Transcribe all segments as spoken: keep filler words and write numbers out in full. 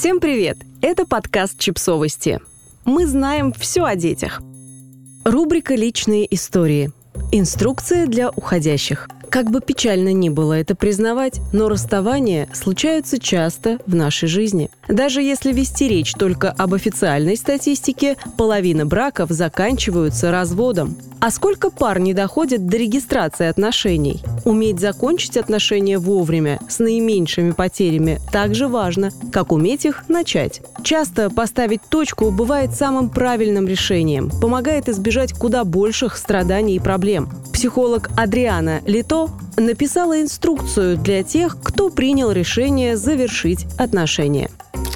Всем привет! Это подкаст «Чипсовости». Мы знаем все о детях. Рубрика «Личные истории». Инструкция для уходящих. Как бы печально ни было это признавать, но расставания случаются часто в нашей жизни. Даже если вести речь только об официальной статистике, половина браков заканчиваются разводом. А сколько пар не доходят до регистрации отношений? Уметь закончить отношения вовремя, с наименьшими потерями, так же важно, как уметь их начать. Часто поставить точку бывает самым правильным решением, помогает избежать куда больших страданий и проблем. Психолог Адриана Лито написала инструкцию для тех, кто принял решение завершить отношения.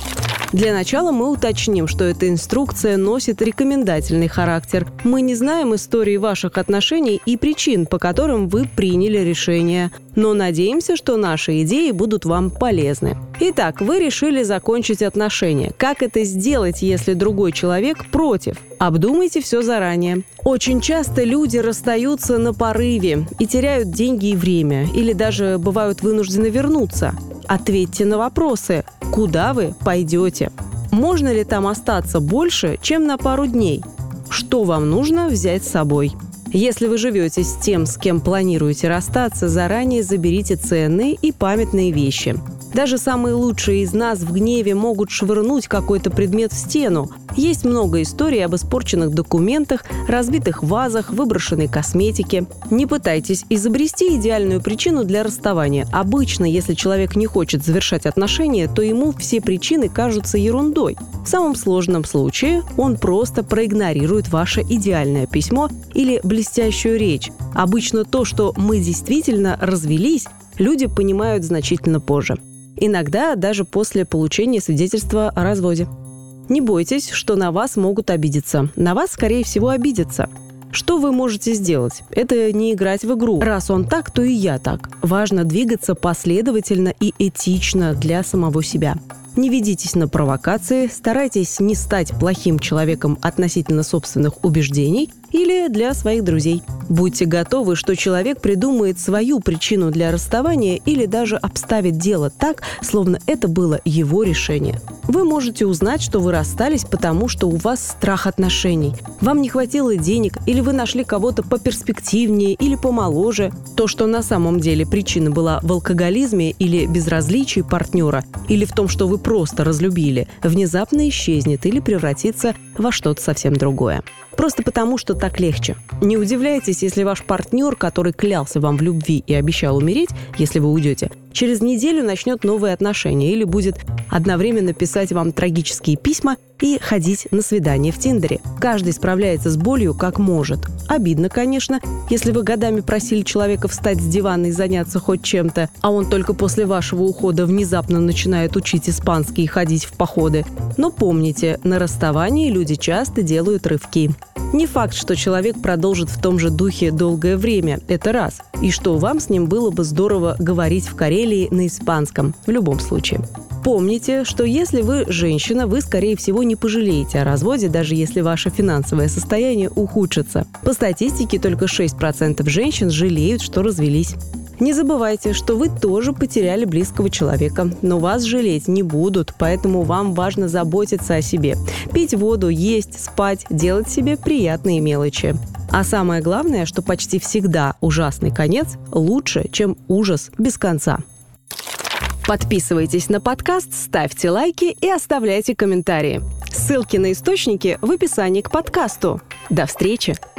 Для начала мы уточним, что эта инструкция носит рекомендательный характер. Мы не знаем истории ваших отношений и причин, по которым вы приняли решение, но надеемся, что наши идеи будут вам полезны. Итак, вы решили закончить отношения. Как это сделать, если другой человек против? Обдумайте все заранее. Очень часто люди расстаются на порыве и теряют деньги и время, или даже бывают вынуждены вернуться. Ответьте на вопросы. Куда вы пойдете? Можно ли там остаться больше, чем на пару дней? Что вам нужно взять с собой? Если вы живете с тем, с кем планируете расстаться, заранее заберите ценные и памятные вещи. Даже самые лучшие из нас в гневе могут швырнуть какой-то предмет в стену. Есть много историй об испорченных документах, разбитых вазах, выброшенной косметике. Не пытайтесь изобрести идеальную причину для расставания. Обычно, если человек не хочет завершать отношения, то ему все причины кажутся ерундой. В самом сложном случае он просто проигнорирует ваше идеальное письмо или блестящую речь. Обычно то, что мы действительно развелись, люди понимают значительно позже. Иногда даже после получения свидетельства о разводе. Не бойтесь, что на вас могут обидеться. На вас, скорее всего, обидятся. Что вы можете сделать? Это не играть в игру. Раз он так, то и я так. Важно двигаться последовательно и этично для самого себя. Не ведитесь на провокации, старайтесь не стать плохим человеком относительно собственных убеждений или для своих друзей. Будьте готовы, что человек придумает свою причину для расставания или даже обставит дело так, словно это было его решение. Вы можете узнать, что вы расстались, потому что у вас страх отношений. Вам не хватило денег, или вы нашли кого-то поперспективнее или помоложе. То, что на самом деле причина была в алкоголизме или безразличии партнера, или в том, что вы просто разлюбили, внезапно исчезнет или превратится во что-то совсем другое. Просто потому, что так легче. Не удивляйтесь, если ваш партнер, который клялся вам в любви и обещал умереть, если вы уйдете, через неделю начнет новые отношения или будет одновременно писать вам трагические письма и ходить на свидания в Тиндере. Каждый справляется с болью как может. Обидно, конечно, если вы годами просили человека встать с дивана и заняться хоть чем-то, а он только после вашего ухода внезапно начинает учить испанский и ходить в походы. Но помните, на расставании люди часто делают рывки. Не факт, что человек продолжит в том же духе долгое время, это раз. И что вам с ним было бы здорово говорить в Карелии на испанском, в любом случае. Помните, что если вы женщина, вы, скорее всего, не пожалеете о разводе, даже если ваше финансовое состояние ухудшится. По статистике, только шесть процентов женщин жалеют, что развелись. Не забывайте, что вы тоже потеряли близкого человека, но вас жалеть не будут, поэтому вам важно заботиться о себе. Пить воду, есть, спать, делать себе приятные мелочи. А самое главное, что почти всегда ужасный конец лучше, чем ужас без конца. Подписывайтесь на подкаст, ставьте лайки и оставляйте комментарии. Ссылки на источники в описании к подкасту. До встречи!